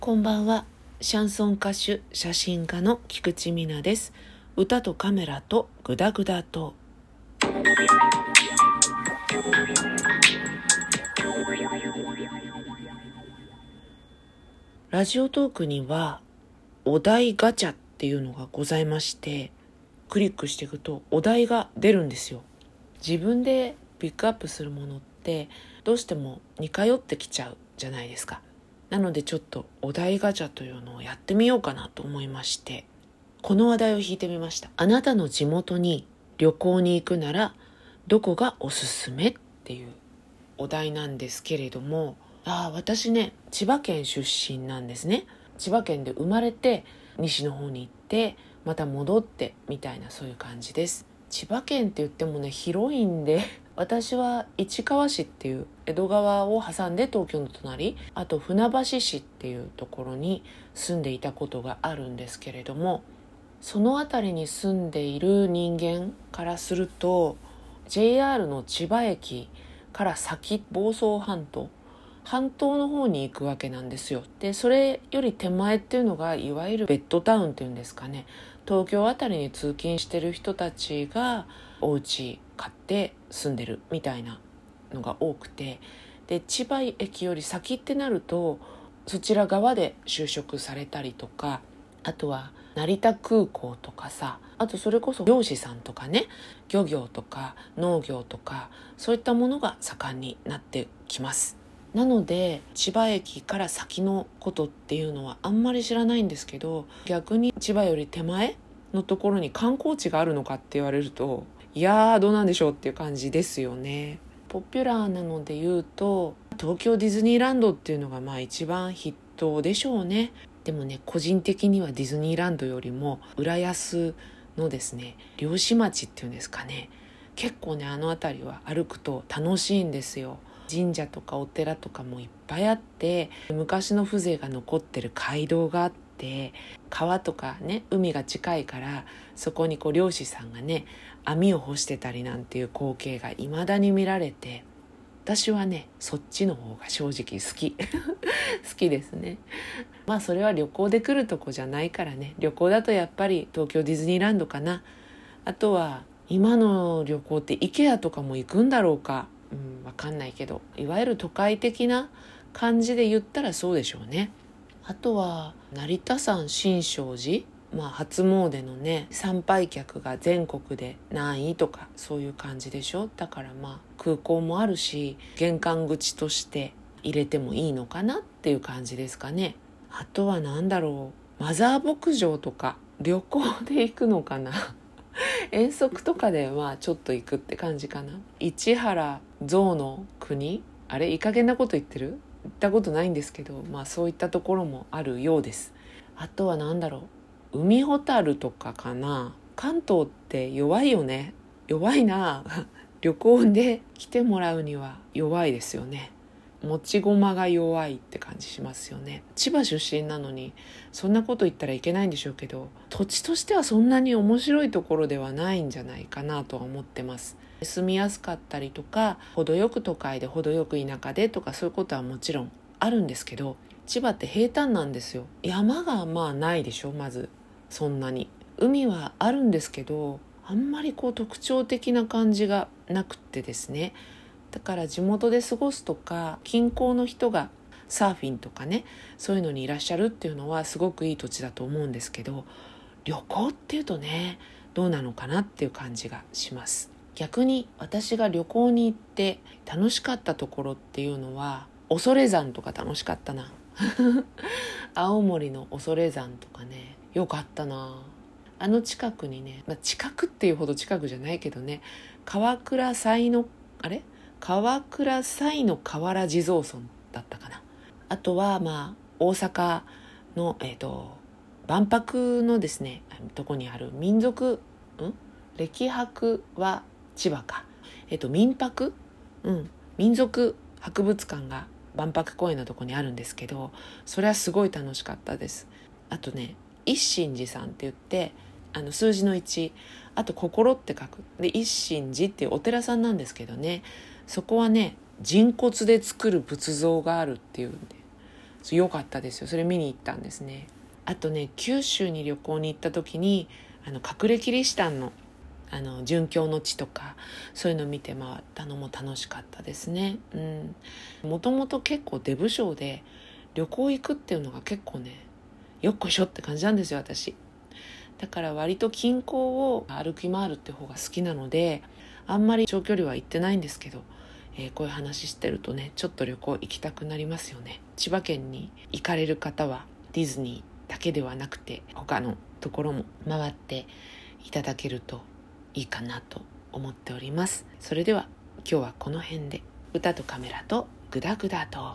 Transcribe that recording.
こんばんは。シャンソン歌手、写真家の菊池美奈です。歌とカメラとグダグダと。ラジオトークにはお題ガチャっていうのがございまして、クリックしていくとお題が出るんですよ。自分でピックアップするものってどうしても似通ってきちゃうじゃないですか。なのでちょっとお題ガチャというのをやってみようかなと思いまして、この話題を引いてみました。あなたの地元に旅行に行くならどこがおすすめっていうお題なんですけれども、私ね、千葉県出身なんですね。千葉県で生まれて西の方に行ってまた戻ってみたいな、そういう感じです。千葉県って言ってもね、広いんで私は市川市っていう江戸川を挟んで東京の隣、あと船橋市っていうところに住んでいたことがあるんですけれども、その辺りに住んでいる人間からすると JR の千葉駅から先、房総半島の方に行くわけなんですよ。でそれより手前っていうのがいわゆるベッドタウンっていうんですかね、東京あたりに通勤してる人たちがお家買って住んでるみたいなのが多くて、で千葉駅より先ってなるとそちら側で就職されたりとか、あとは成田空港とかさ、あとそれこそ漁師さんとかね、漁業とか農業とかそういったものが盛んになってきます。なので千葉駅から先のことっていうのはあんまり知らないんですけど、逆に千葉より手前のところに観光地があるのかって言われると、いやーどうなんでしょうっていう感じですよね。ポピュラーなので言うと東京ディズニーランドっていうのが一番筆頭でしょうね。でもね、個人的にはディズニーランドよりも浦安のですね、漁師町っていうんですかね、結構ね、あの辺りは歩くと楽しいんですよ。神社とかお寺とかもいっぱいあって、昔の風情が残ってる街道があって、川とかね、海が近いからそこに漁師さんがね、網を干してたりなんていう光景が未だに見られて、私はね、そっちの方が正直好き好きですね。それは旅行で来るとこじゃないからね、旅行だとやっぱり東京ディズニーランドかな。あとは今の旅行って IKEA とかも行くんだろうか、わかんないけど、いわゆる都会的な感じで言ったらそうでしょうね。あとは成田山新勝寺、初詣のね、参拝客が全国で何位とかそういう感じでしょ。だから空港もあるし、玄関口として入れてもいいのかなっていう感じですかね。あとはマザー牧場とか旅行で行くのかな遠足とかでちょっと行くって感じかな。市原象の国、あれいい加減なこと言ってる？行ったことないんですけど、そういったところもあるようです。あとは海ほたるとかかな。関東って弱いよね。弱いな旅行で来てもらうには弱いですよね。持ち駒が弱いって感じしますよね。千葉出身なのにそんなこと言ったらいけないんでしょうけど、土地としてはそんなに面白いところではないんじゃないかなとは思ってます。住みやすかったりとか、程よく都会で程よく田舎でとか、そういうことはもちろんあるんですけど、千葉って平坦なんですよ。山がないでしょ。まずそんなに海はあるんですけど、あんまり特徴的な感じがなくてですね。だから地元で過ごすとか、近郊の人がサーフィンとかね、そういうのにいらっしゃるっていうのはすごくいい土地だと思うんですけど、旅行っていうとね、どうなのかなっていう感じがします。逆に私が旅行に行って楽しかったところっていうのは、恐山とか楽しかったな青森の恐山とかね、よかったな。あの近くにね、近くっていうほど近くじゃないけどね、川倉西の河原地蔵村だったかな。あとは大阪の万博のですね、とこにある歴博は千葉か、民泊、民族博物館が万博公園のとこにあるんですけど、それはすごい楽しかったです。あとね、一心寺さんって言って、数字の1、あと心って書くで一心寺っていうお寺さんなんですけどね、そこはね、人骨で作る仏像があるっていうんで、 良かったですよ。それ見に行ったんですね。あとね、九州に旅行に行った時に隠れキリシタンの殉教の地とかそういうの見て回ったのも楽しかったですね。もともと結構出不精で旅行行くっていうのが結構ねよっこいしょって感じなんですよ、私。だから割と近郊を歩き回るって方が好きなので、あんまり長距離は行ってないんですけど、こういう話してるとね、ちょっと旅行行きたくなりますよね。千葉県に行かれる方はディズニーだけではなくて他のところも回っていただけるといいかなと思っております。それでは今日はこの辺で。歌とカメラとグダグダと。